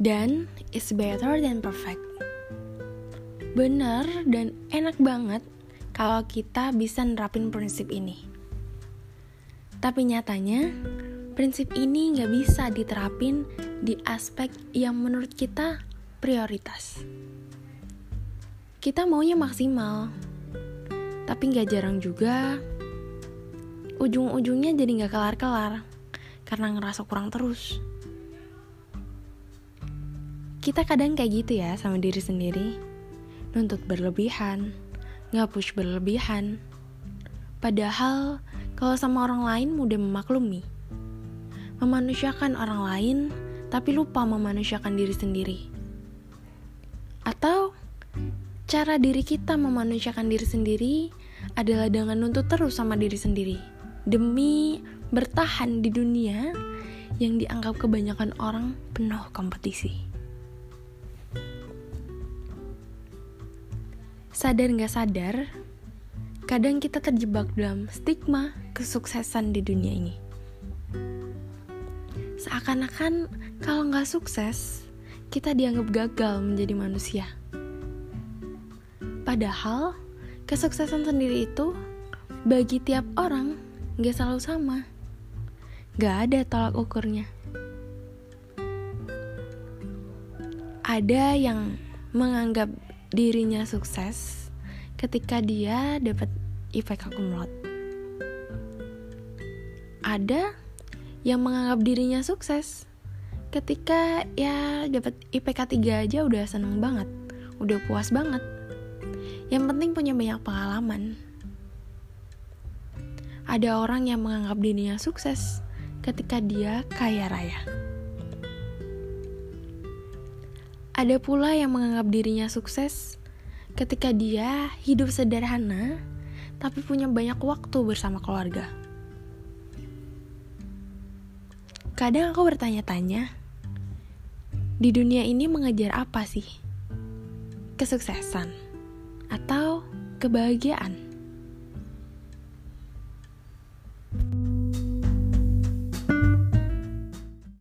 Dan it's better than perfect. Bener dan enak banget kalau kita bisa nerapin prinsip ini. Tapi nyatanya, prinsip ini gak bisa diterapin di aspek yang menurut kita prioritas. Kita maunya maksimal, tapi gak jarang juga ujung-ujungnya jadi gak kelar-kelar karena ngerasa kurang terus. Kita kadang kayak gitu ya sama diri sendiri, nuntut berlebihan, nge-push berlebihan. Padahal kalau sama orang lain mudah memaklumi, memanusiakan orang lain tapi lupa memanusiakan diri sendiri. Atau cara diri kita memanusiakan diri sendiri adalah dengan nuntut terus sama diri sendiri demi bertahan di dunia yang dianggap kebanyakan orang penuh kompetisi. Sadar gak sadar, kadang kita terjebak dalam stigma kesuksesan di dunia ini. Seakan-akan kalau gak sukses, kita dianggap gagal menjadi manusia. Padahal, kesuksesan sendiri itu bagi tiap orang gak selalu sama. Gak ada tolak ukurnya. Ada yang menganggap dirinya sukses ketika dia dapat IPK cum laude. Ada yang menganggap dirinya sukses ketika ya dapat IPK 3 aja udah seneng banget, udah puas banget. Yang penting punya banyak pengalaman. Ada orang yang menganggap dirinya sukses ketika dia kaya raya. Ada pula yang menganggap dirinya sukses ketika dia hidup sederhana tapi punya banyak waktu bersama keluarga. Kadang aku bertanya-tanya, di dunia ini mengejar apa sih? Kesuksesan atau kebahagiaan?